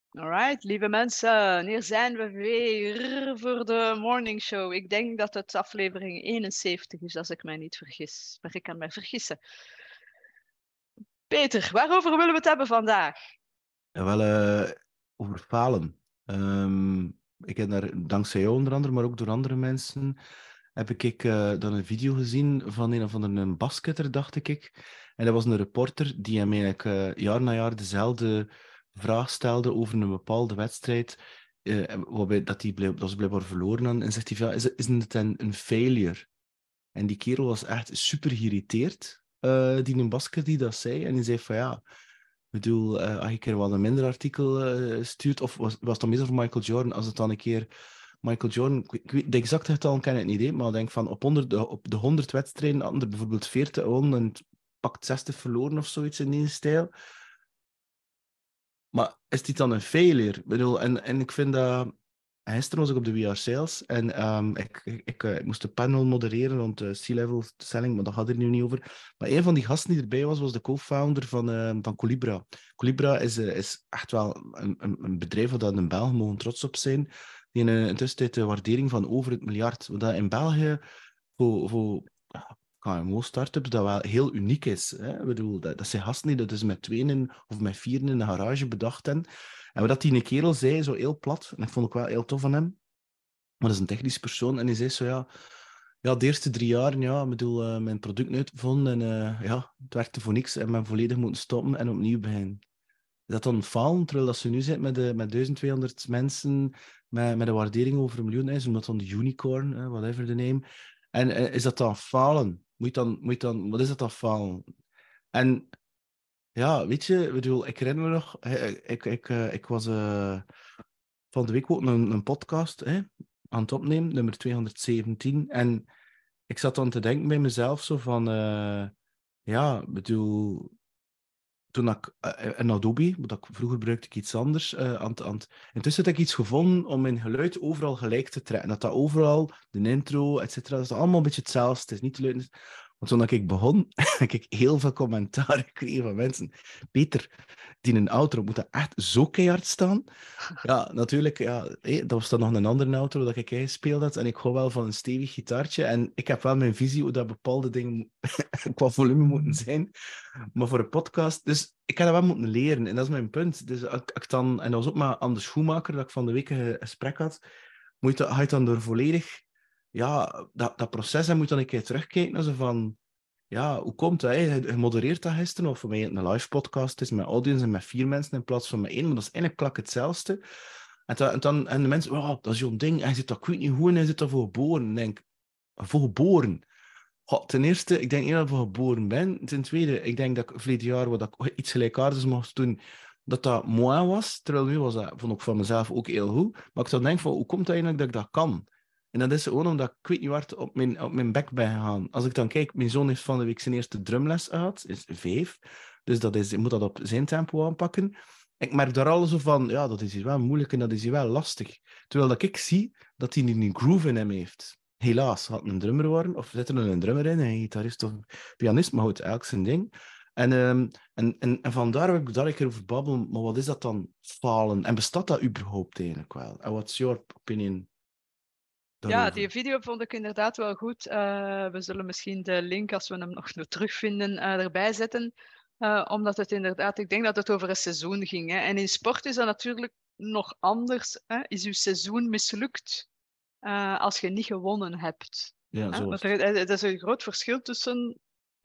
Alright, lieve mensen, hier zijn we weer voor de morning show. Ik denk dat het aflevering 71 is, als ik mij niet vergis. Maar ik kan mij vergissen. Peter, waarover willen we het hebben vandaag? Ja, wel over falen. Ik heb daar dankzij jou onder andere, maar ook door andere mensen, heb ik dan een video gezien van een of andere basketter, dacht ik. En dat was een reporter die hem eigenlijk jaar na jaar dezelfde vraag stelde over een bepaalde wedstrijd, waarbij dat ze blijkbaar verloren hadden. En zegt hij, van, ja, is het een failure? En die kerel was echt super geïrriteerd, die een basket die dat zei. En die zei van ja, ik bedoel, als ik er wel een minder artikel stuurt, of was het dan meestal voor Michael Jordan, als het dan een keer Michael Jordan, ik weet, de exacte getal ken ik niet, hè, maar ik denk van op de 100 wedstrijden hadden er bijvoorbeeld 40 gewonnen en pakt 60 verloren of zoiets in die stijl. Maar is dit dan een failure? Ik bedoel, en ik vind dat... Gisteren was ik op de We Are Sales en ik moest een panel modereren rond de C-level selling, maar dat gaat er nu niet over. Maar een van die gasten die erbij was de co-founder van Colibra. Colibra is echt wel een bedrijf waar een Belgen mogen trots op zijn. Die in tussentijd een waardering van over het miljard. Wat dat in België voor KMO-startups dat wel heel uniek is. Hè? Ik bedoel, dat zijn gasten die dat dus met tweeën of met vieren in de garage bedacht hebben. En wat die een kerel zei, zo heel plat, en dat vond ik wel heel tof van hem, maar dat is een technisch persoon, en die zei zo, ja, de eerste 3 jaar, ja, ik bedoel, mijn product uitgevonden, en ja, het werkte voor niks, en men volledig moeten stoppen en opnieuw beginnen. Is dat dan falen, terwijl dat ze nu zit met 1200 mensen, met een waardering over 1 miljoen is, omdat dan de unicorn, whatever the name. En is dat dan falen? Wat is dat dan falen? En ja, weet je, ik bedoel, ik herinner me nog, ik was van de week ook een podcast aan het opnemen, nummer 217. En ik zat dan te denken bij mezelf zo van, ja, ik bedoel, toen ik in Adobe, want vroeger gebruikte ik iets anders, intussen heb ik iets gevonden om mijn geluid overal gelijk te trekken. Dat overal, de intro, et cetera, dat is allemaal een beetje hetzelfde. Het is niet te luid. Want toen ik begon, heb ik heel veel commentaar gekregen van mensen. Peter, die in een outro moet dat echt zo keihard staan. Ja, natuurlijk, ja, dat was dan nog een andere outro dat ik gespeeld had. En ik hou wel van een stevig gitaartje. En ik heb wel mijn visie hoe dat bepaalde dingen qua volume moeten zijn. Maar voor een podcast, dus ik heb dat wel moeten leren. En dat is mijn punt. Dus ik dan, en dat was ook maar aan de schoenmaker dat ik van de week een gesprek had. Ga je dan door volledig, ja, dat proces en moet dan een keer terugkijken. Zo van, ja, hoe komt dat? Hè? Je modereert dat gisteren, of voor mij het een live podcast is met audience en met 4 mensen in plaats van met 1, maar dat is eigenlijk klak hetzelfde. En de mensen, oh, dat is jouw ding, hij zit dat, ik weet niet hoe, en hij zit daarvoor geboren. Ik denk, voor geboren? Goh, ten eerste, ik denk niet dat ik voor geboren ben. Ten tweede, ik denk dat ik verleden jaar, wat ik iets gelijkaardigs mocht doen, dat mooi was. Terwijl nu was dat, vond ik van mezelf ook heel goed. Maar ik dan denk van, hoe komt het eigenlijk dat ik dat kan? En dat is gewoon omdat ik weet niet waar op mijn bek ben gegaan. Als ik dan kijk, mijn zoon heeft van de week zijn eerste drumles gehad, is 5. Dus ik moet dat op zijn tempo aanpakken. Ik merk daar al zo van, ja, dat is hier wel moeilijk en dat is hier wel lastig. Terwijl dat ik zie dat hij een groove in hem heeft. Helaas, had een drummer worden, of zit er een drummer in, een gitarist of pianist, maar goed, elk zijn ding. En vandaar heb ik daar een keer over babbelen, maar wat is dat dan, falen? En bestaat dat überhaupt eigenlijk wel? En what's your opinion Ja, die daarover? video vond ik inderdaad wel goed. We zullen misschien de link, als we hem nog terugvinden, erbij zetten. Omdat het inderdaad, ik denk dat het over een seizoen ging. Hè. En in sport is dat natuurlijk nog anders. Hè. Is uw seizoen mislukt als je niet gewonnen hebt? Ja, Hè? zo is Want het. er is een groot verschil tussen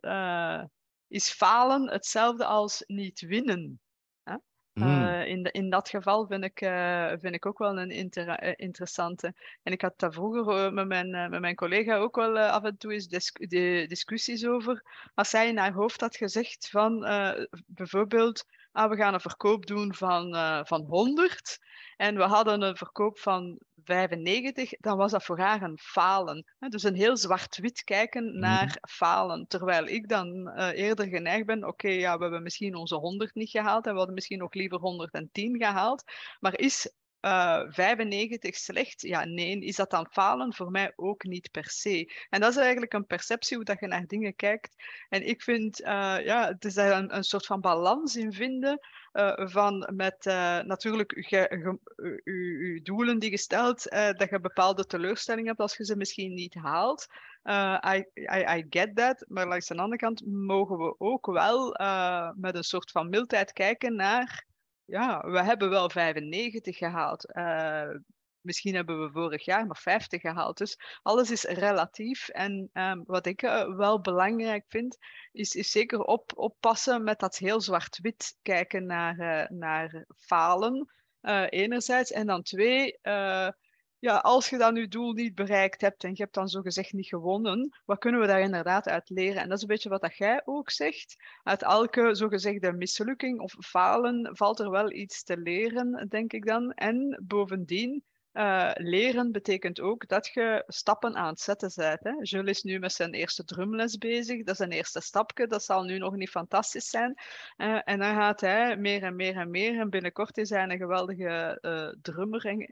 is falen hetzelfde als niet winnen. Hè? Hmm. In dat geval vind ik ook wel een interessante. En ik had daar vroeger met mijn collega ook wel af en toe eens de discussies over. Als hij in haar hoofd had gezegd van bijvoorbeeld, we gaan een verkoop doen van 100 en we hadden een verkoop van 95, dan was dat voor haar een falen. Dus een heel zwart-wit kijken Hmm. naar falen. Terwijl ik dan eerder geneigd ben, oké, ja, we hebben misschien onze 100 niet gehaald en we hadden misschien nog liever 110 gehaald. Maar is 95 slecht? Ja, nee. Is dat dan falen? Voor mij ook niet per se. En dat is eigenlijk een perceptie hoe dat je naar dingen kijkt. En ik vind, het is daar een soort van balans in vinden. Van met natuurlijk je doelen die je stelt, dat je bepaalde teleurstellingen hebt als je ze misschien niet haalt. I get that, maar langs de andere kant mogen we ook wel met een soort van mildheid kijken naar, ja, we hebben wel 95 gehaald. Misschien hebben we vorig jaar maar 50 gehaald. Dus alles is relatief. En wat ik wel belangrijk vind, is zeker oppassen met dat heel zwart-wit kijken naar falen. Enerzijds. En dan twee, als je dan je doel niet bereikt hebt en je hebt dan zogezegd niet gewonnen, wat kunnen we daar inderdaad uit leren? En dat is een beetje wat dat jij ook zegt. Uit elke zogezegde mislukking of falen valt er wel iets te leren, denk ik dan. En bovendien, leren betekent ook dat je stappen aan het zetten bent. Hè. Jules is nu met zijn eerste drumles bezig. Dat is een eerste stapje. Dat zal nu nog niet fantastisch zijn. En dan gaat hij meer en meer en meer. En binnenkort is hij een geweldige drummer.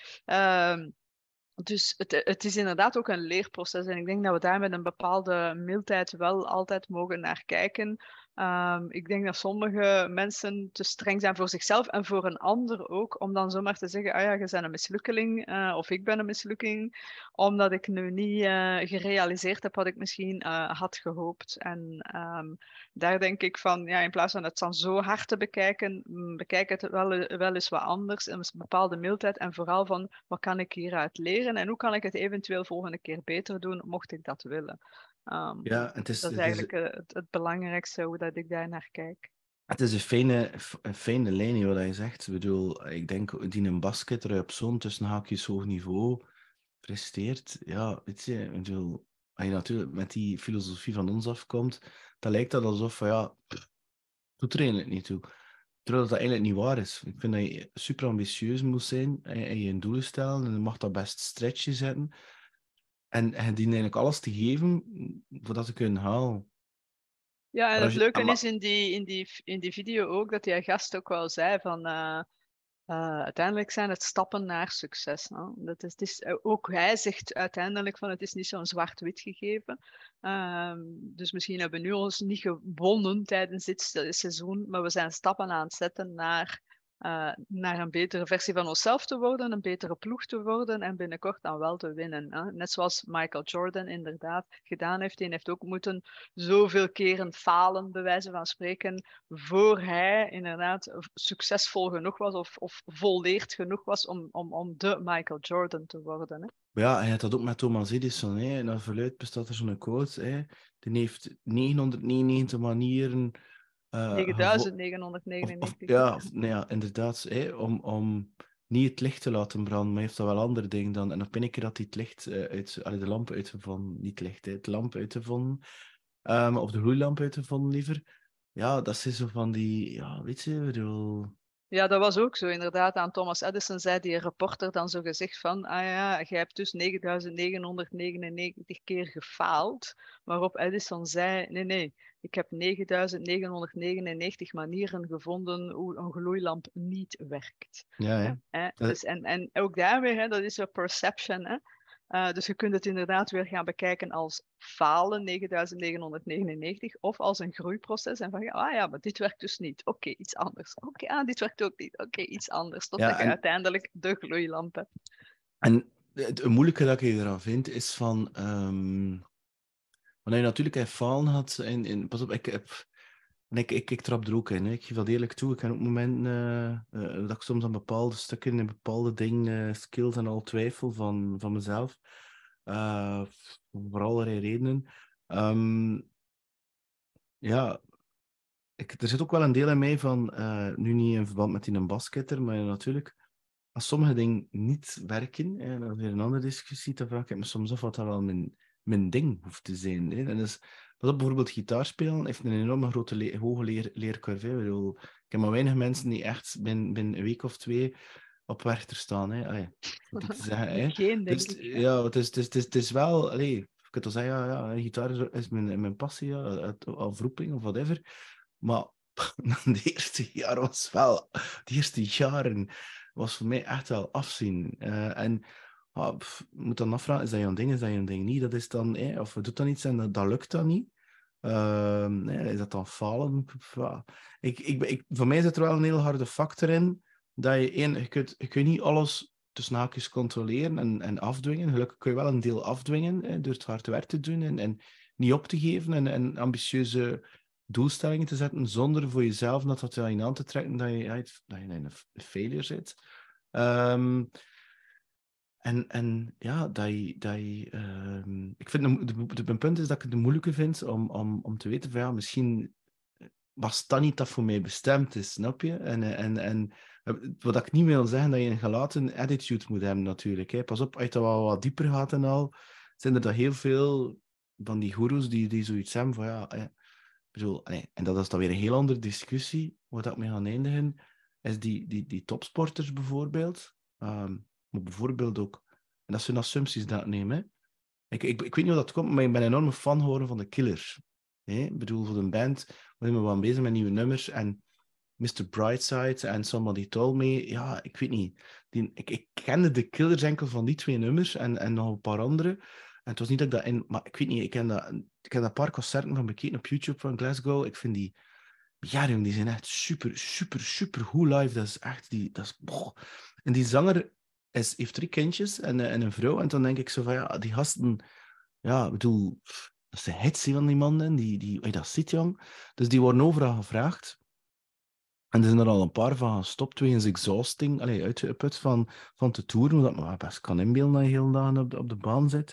Dus het is inderdaad ook een leerproces. En ik denk dat we daar met een bepaalde mildheid wel altijd mogen naar kijken. Ik denk dat sommige mensen te streng zijn voor zichzelf en voor een ander ook, om dan zomaar te zeggen, je bent een mislukkeling of ik ben een mislukking, omdat ik nu niet gerealiseerd heb wat ik misschien had gehoopt. En daar denk ik van, in plaats van het dan zo hard te bekijken, bekijk het wel eens wat anders, een bepaalde mildheid en vooral van, wat kan ik hieruit leren en hoe kan ik het eventueel volgende keer beter doen, mocht ik dat willen. Ja, dat is eigenlijk het belangrijkste, hoe dat ik daar naar kijk. Het is een fijne lijn wat je zegt. Ik bedoel, ik denk die een basketter op zo'n tussen haakjes hoog niveau presteert. Ja, weet je, ik bedoel, als je natuurlijk met die filosofie van ons afkomt, dan lijkt dat alsof, doet er eigenlijk niet toe. Terwijl dat eigenlijk niet waar is. Ik vind dat je super ambitieus moet zijn en je een doel stellen en je mag dat best stretchen zetten. En je dient eigenlijk alles te geven voordat ze kunnen halen. Ja, en Maar het als je, leuke is in die video ook dat die gast ook wel zei van uiteindelijk zijn het stappen naar succes. Hè? Ook hij zegt uiteindelijk van het is niet zo'n zwart-wit gegeven. Dus misschien hebben we nu ons niet gewonnen tijdens dit seizoen, maar we zijn stappen aan het zetten naar een betere versie van onszelf te worden, een betere ploeg te worden en binnenkort dan wel te winnen. Hè? Net zoals Michael Jordan inderdaad gedaan heeft. Die heeft ook moeten zoveel keren falen, bij wijze van spreken, voor hij inderdaad succesvol genoeg was of volleerd genoeg was om de Michael Jordan te worden. Hè? ja, hij had dat ook met Thomas Edison. Hè. Naar verluidt bestaat er zo'n quote. Hè. Die heeft 999 manieren... 9999. Ja, inderdaad. Hè, om niet het licht te laten branden, maar hij heeft dat wel andere dingen dan. En dan ben ik er dat hij het licht de lamp uitgevonden. Niet het licht, hè, de lamp uitgevonden. Of de gloeilamp uitgevonden, liever. Ja, dat is zo van die... Ja, weet je, ik bedoel... Ja, dat was ook zo inderdaad. Aan Thomas Edison zei die reporter dan zo gezegd van, jij hebt dus 9999 keer gefaald. Waarop Edison zei, nee, ik heb 9999 manieren gevonden hoe een gloeilamp niet werkt. Ja, hè. Dus, en ook daar weer, dat is een perception. Hè? Dus je kunt het inderdaad weer gaan bekijken als falen, 9999, of als een groeiproces. En van, maar dit werkt dus niet. Oké, iets anders. Oké, dit werkt ook niet. Oké, iets anders. Totdat je uiteindelijk de gloeilamp hebt. En het moeilijke dat ik eraan vind, is van... wanneer je natuurlijk falen had... pas op, ik trap er ook in. Hè. Ik geef dat eerlijk toe. Ik heb ook momenten dat ik soms aan bepaalde stukken en bepaalde dingen, skills en al twijfel van mezelf. Voor allerlei redenen. Er zit ook wel een deel in mij van, nu niet in verband met een basketter, maar natuurlijk, als sommige dingen niet werken, en dat is weer een andere discussie, dan vraag ik me soms af wat dat wel mijn ding hoeft te zijn. Hè. En dus, wat op bijvoorbeeld gitaar spelen heeft een enorme grote hoge leercurve. Hè. Ik heb maar weinig mensen die echt binnen een week of 2 op Werchter staan. Hè. Allee, moet ik zeggen, hè. Geen, denk Dus, ik. ja, het is wel... Allee, ik kan toch zeggen, gitaar is mijn passie, of roeping, of whatever. Maar De eerste jaar was wel... De eerste jaren was voor mij echt wel afzien. En je moet dan afvragen, is dat je ding, is dat je ding niet? Dat is dan... of je doet dan iets en dat lukt dan niet. Is dat dan falen? Voor mij zit er wel een heel harde factor in, dat je kunt niet alles tussen haakjes controleren en afdwingen. Gelukkig kun je wel een deel afdwingen door het hard werk te doen en niet op te geven en ambitieuze doelstellingen te zetten zonder voor jezelf dat in aan te trekken dat je in een failure zit. Ik vind mijn punt is dat ik het moeilijker vind om te weten van ja, misschien was dat niet dat voor mij bestemd is, snap je? En wat ik niet wil zeggen, dat je een gelaten attitude moet hebben natuurlijk. Hè. Pas op, als je dat wel wat dieper gaat en al, zijn er heel veel van die goeroes die zoiets hebben van ja... en dat is dan weer een heel andere discussie, waar dat mee gaan eindigen, is die topsporters bijvoorbeeld. Maar bijvoorbeeld ook, en dat zijn assumpties dat ik neem, hè. Ik weet niet hoe dat komt, maar ik ben een enorme fan geworden van de Killers. Hè? Ik bedoel, voor een band, we zijn wel bezig met nieuwe nummers, en Mr. Brightside en Somebody Told Me, ja, ik weet niet. Ik kende de Killers enkel van die 2 nummers, en nog een paar andere. En het was niet dat ik dat in... Maar ik weet niet, ik heb dat een paar concerten van bekeken op YouTube van Glasgow. Ik vind die... Ja, jongen, die zijn echt super, super, super goed live. Dat is echt... En die zanger heeft 3 kindjes en een vrouw. En dan denk ik zo van, ja, die gasten... Ja, ik bedoel... Dat is de hits van die mannen. Dat zit, jong. Dus die worden overal gevraagd. En er zijn er al een paar van gestopt, wegens exhausting. Uitgeput van te toeren. Omdat me best kan inbeelden dat je heel dagen op de baan zit.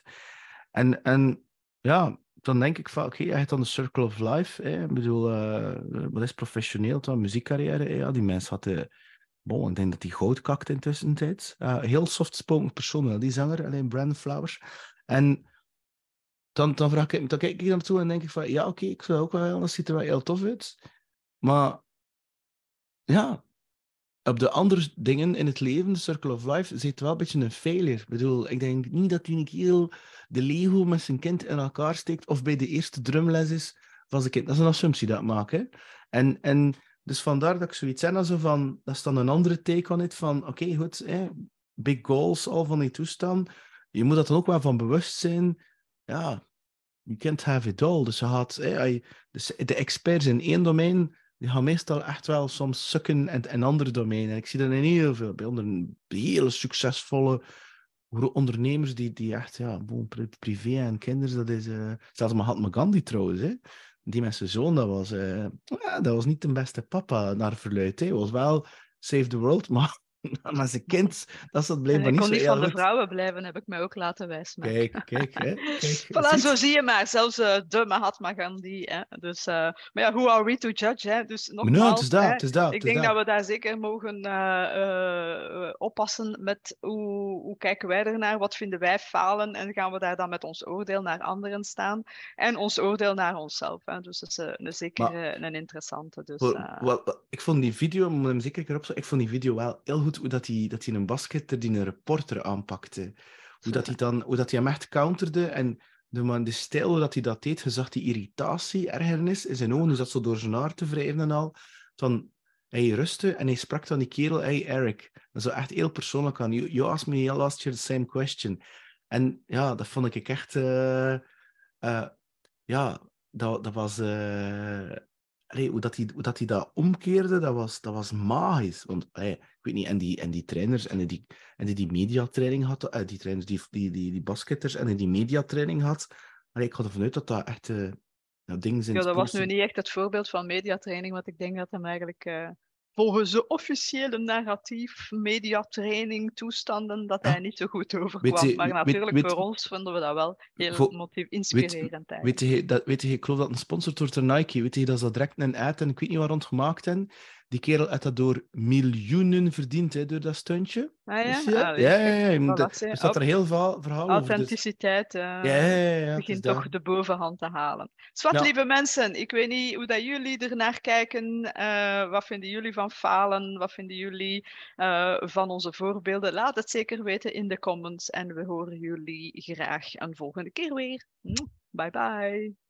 En ja, dan denk ik van, oké, je hebt dan de Circle of Life. Ik bedoel, wat is professioneel, dan muziekcarrière. Ja, die mens had... ik denk dat hij goud kakt in tussentijd. Heel soft-spoken persoon, die zanger, alleen Brandon Flowers. En dan kijk ik hier naartoe en denk ik van, ja, oké, ik zou ook wel, dat ziet er wel heel tof uit. Maar ja, op de andere dingen in het leven, de Circle of Life, zit wel een beetje een failure. Ik bedoel, ik denk niet dat die heel de Lego met zijn kind in elkaar steekt, of bij de eerste drumles is van zijn kind. Dat is een assumptie dat ik maak, hè. En dus vandaar dat ik zoiets zeg, also van, dat is dan een andere take on it, van oké, goed, big goals, al van die toestand. Je moet dat dan ook wel van bewust zijn. Ja, you can't have it all. Dus dus de experts in één domein, die gaan meestal echt wel soms sukken in andere domeinen. En ik zie dat in heel veel, bij hele succesvolle ondernemers die echt, ja, privé en kinderen, dat is... zelfs Mahatma Gandhi trouwens, hè. Die met zijn zoon, dat was niet de beste papa naar verluidt. Hij was wel save the world, maar met zijn kind, dat zat blijkbaar Ik niet kon zo niet heel van de goed. vrouwen blijven, heb ik mij ook laten wijsmaken. Kijk, hè. Kijk, Voilà, zo zie je maar. Zelfs de Mahatma Gandhi. Hè. Dus, maar ja, who are we to judge? Hè? Dus Maar nou, het nogmaals, is dat, hè, het is dat, ik het is denk dat. dat we daar zeker mogen oppassen met hoe kijken wij ernaar, wat vinden wij falen en gaan we daar dan met ons oordeel naar anderen staan en ons oordeel naar onszelf. Hè. Dus dat is zeker Maar een interessante. Dus, ik vond die video, moet hem zeker erop zetten, ik vond die video wel heel goed, hoe dat hij een basketter die een reporter aanpakte. Hoe dat hij hem echt counterde en de stijl hoe dat hij dat deed, je zag die irritatie, ergernis in zijn ogen, dus dat zo door zijn haar te wrijven en al. Van, hij rustte en hij sprak dan die kerel, hey Eric, dat is echt heel persoonlijk aan. You asked me last year the same question. En ja, dat vond ik echt... ja, dat was... hoe dat hij dat omkeerde, dat was magisch. Want, ik weet niet, en die trainers, en die mediatraining had, die trainers, die basketters, en die mediatraining had, ik ga ervan uit dat dat echt dingen zijn. ja, dat was nu niet echt het voorbeeld van mediatraining, want ik denk dat hem eigenlijk volgens de officiële narratief mediatraining toestanden dat hij niet zo goed Weet overkwam. Maar je, natuurlijk voor ons vinden we dat wel heel inspirerend eigenlijk. weet je, ik geloof dat een sponsor wordt door Nike. Weet je, dat is dat direct een ad en ik weet niet waar rond gemaakt hebben. Die kerel heeft dat door miljoenen verdiend, hè, door dat stuntje. Ah ja? Zie je dat? Allee, Ja, kijk, er staat er heel veel verhaal over. Dus... authenticiteit Ja, het is begint dat. toch de bovenhand te halen. Zwat, Ja. lieve mensen, ik weet niet hoe dat jullie ernaar kijken. Wat vinden jullie van falen? Wat vinden jullie van onze voorbeelden? Laat het zeker weten in de comments en we horen jullie graag een volgende keer weer. Bye bye.